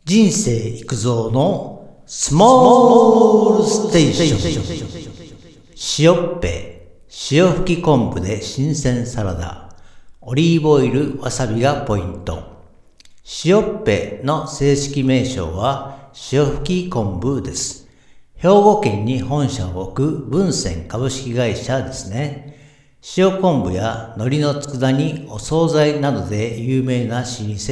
人生育造のスモールステーション。塩っぺ、塩吹き昆布で新鮮サラダ。オリーブオイル、わさびがポイント。塩っぺの正式名称は塩吹き昆布です。兵庫県に本社を置く文鮮株式会社ですね。塩昆布や海苔の佃煮、お惣菜などで有名な老舗です。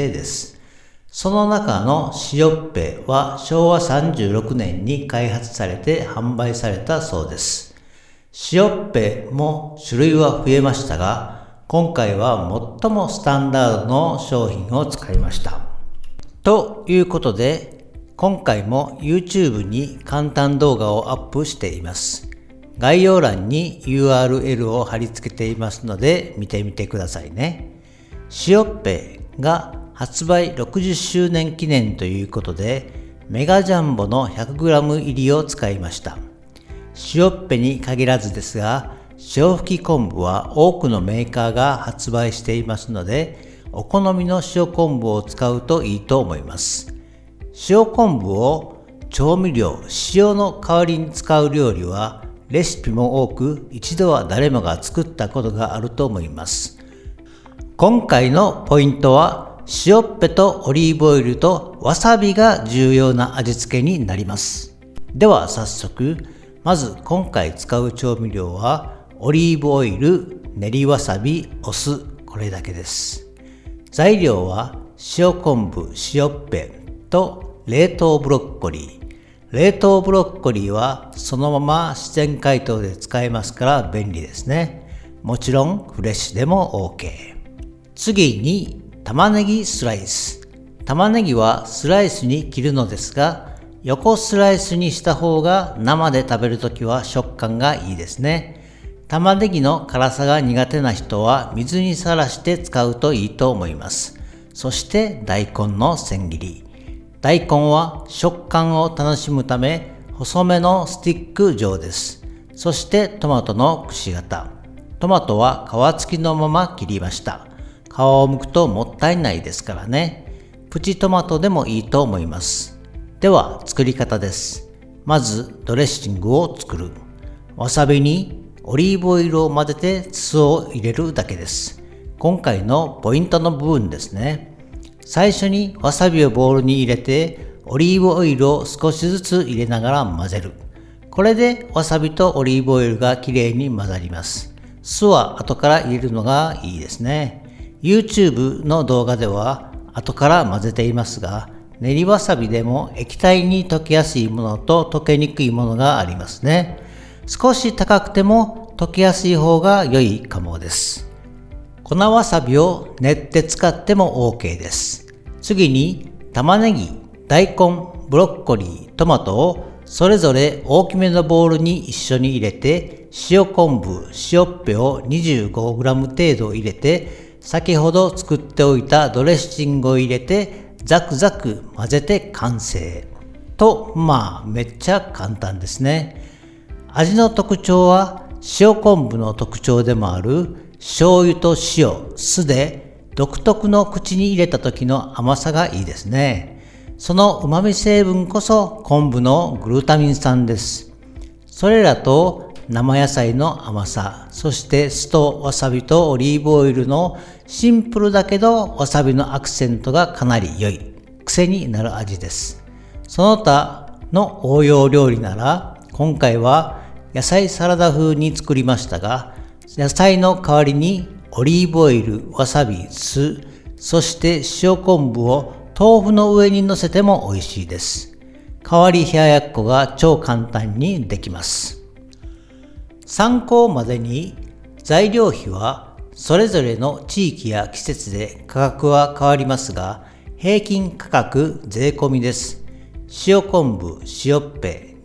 その中の塩っぺは昭和36年に開発されて販売されたそうです。塩っぺも種類は増えましたが、今回は最もスタンダードの商品を使いました。ということで、今回も YouTube に簡単動画をアップしています。概要欄に URL を貼り付けていますので見てみてくださいね。塩っぺが発売60周年記念ということで、メガジャンボの 100g 入りを使いました。塩っぺに限らずですが、塩吹き昆布は多くのメーカーが発売していますので、お好みの塩昆布を使うといいと思います。塩昆布を調味料、塩の代わりに使う料理はレシピも多く、一度は誰もが作ったことがあると思います。今回のポイントは塩っぺとオリーブオイルとわさびが重要な味付けになります。では早速、まず今回使う調味料はオリーブオイル、練りわさび、お酢、これだけです。材料は塩昆布、塩っぺと冷凍ブロッコリー。冷凍ブロッコリーはそのまま自然解凍で使えますから便利ですね。もちろんフレッシュでも OK。次に玉ねぎスライス。玉ねぎはスライスに切るのですが、横スライスにした方が生で食べるときは食感がいいですね。玉ねぎの辛さが苦手な人は水にさらして使うといいと思います。そして大根の千切り。大根は食感を楽しむため細めのスティック状です。そしてトマトのくし形。トマトは皮付きのまま切りました。皮を剥くともったいないですからね。プチトマトでもいいと思います。では作り方です。まずドレッシングを作る。わさびにオリーブオイルを混ぜて酢を入れるだけです。今回のポイントの部分ですね。最初にわさびをボウルに入れてオリーブオイルを少しずつ入れながら混ぜる。これでわさびとオリーブオイルがきれいに混ざります。酢は後から入れるのがいいですね。YouTube の動画では後から混ぜていますが、練りわさびでも液体に溶けやすいものと溶けにくいものがありますね。少し高くても溶けやすい方が良いかもです。粉わさびを練って使っても OK です。次に玉ねぎ、大根、ブロッコリー、トマトをそれぞれ大きめのボウルに一緒に入れて、塩昆布、塩っぺを 25g 程度入れて、先ほど作っておいたドレッシングを入れてザクザク混ぜて完成。と、めっちゃ簡単ですね。味の特徴は塩昆布の特徴でもある醤油と塩、酢で独特の口に入れた時の甘さがいいですね。その旨味成分こそ昆布のグルタミン酸です。それらと生野菜の甘さ、そして酢とわさびとオリーブオイルのシンプルだけどわさびのアクセントがかなり良い、癖になる味です。その他の応用料理なら、今回は野菜サラダ風に作りましたが、野菜の代わりにオリーブオイル、わさび、酢、そして塩昆布を豆腐の上に乗せても美味しいです。代わり冷ややっこが超簡単にできます。参考までに、材料費はそれぞれの地域や季節で価格は変わりますが、平均価格税込みです。塩昆布、塩っぺ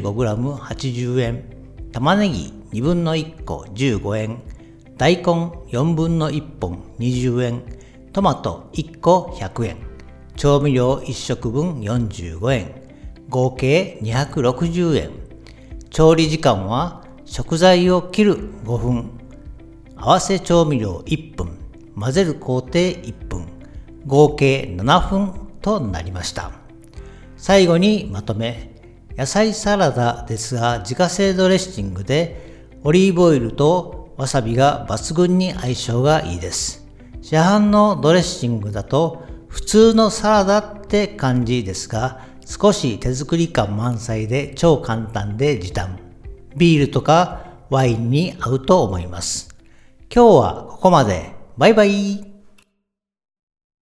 25g80 円、玉ねぎ2分の1個15円、大根4分の1本20円、トマト1個100円、調味料1食分45円、合計260円。調理時間は食材を切る5分、合わせ調味料1分、混ぜる工程1分、合計7分となりました。 最後にまとめ。野菜サラダですが自家製ドレッシングでオリーブオイルとわさびが抜群に相性がいいです。市販のドレッシングだと普通のサラダって感じですが少し手作り感満載で超簡単で時短。ビールとかワインに合うと思います。今日はここまで。バイバイ。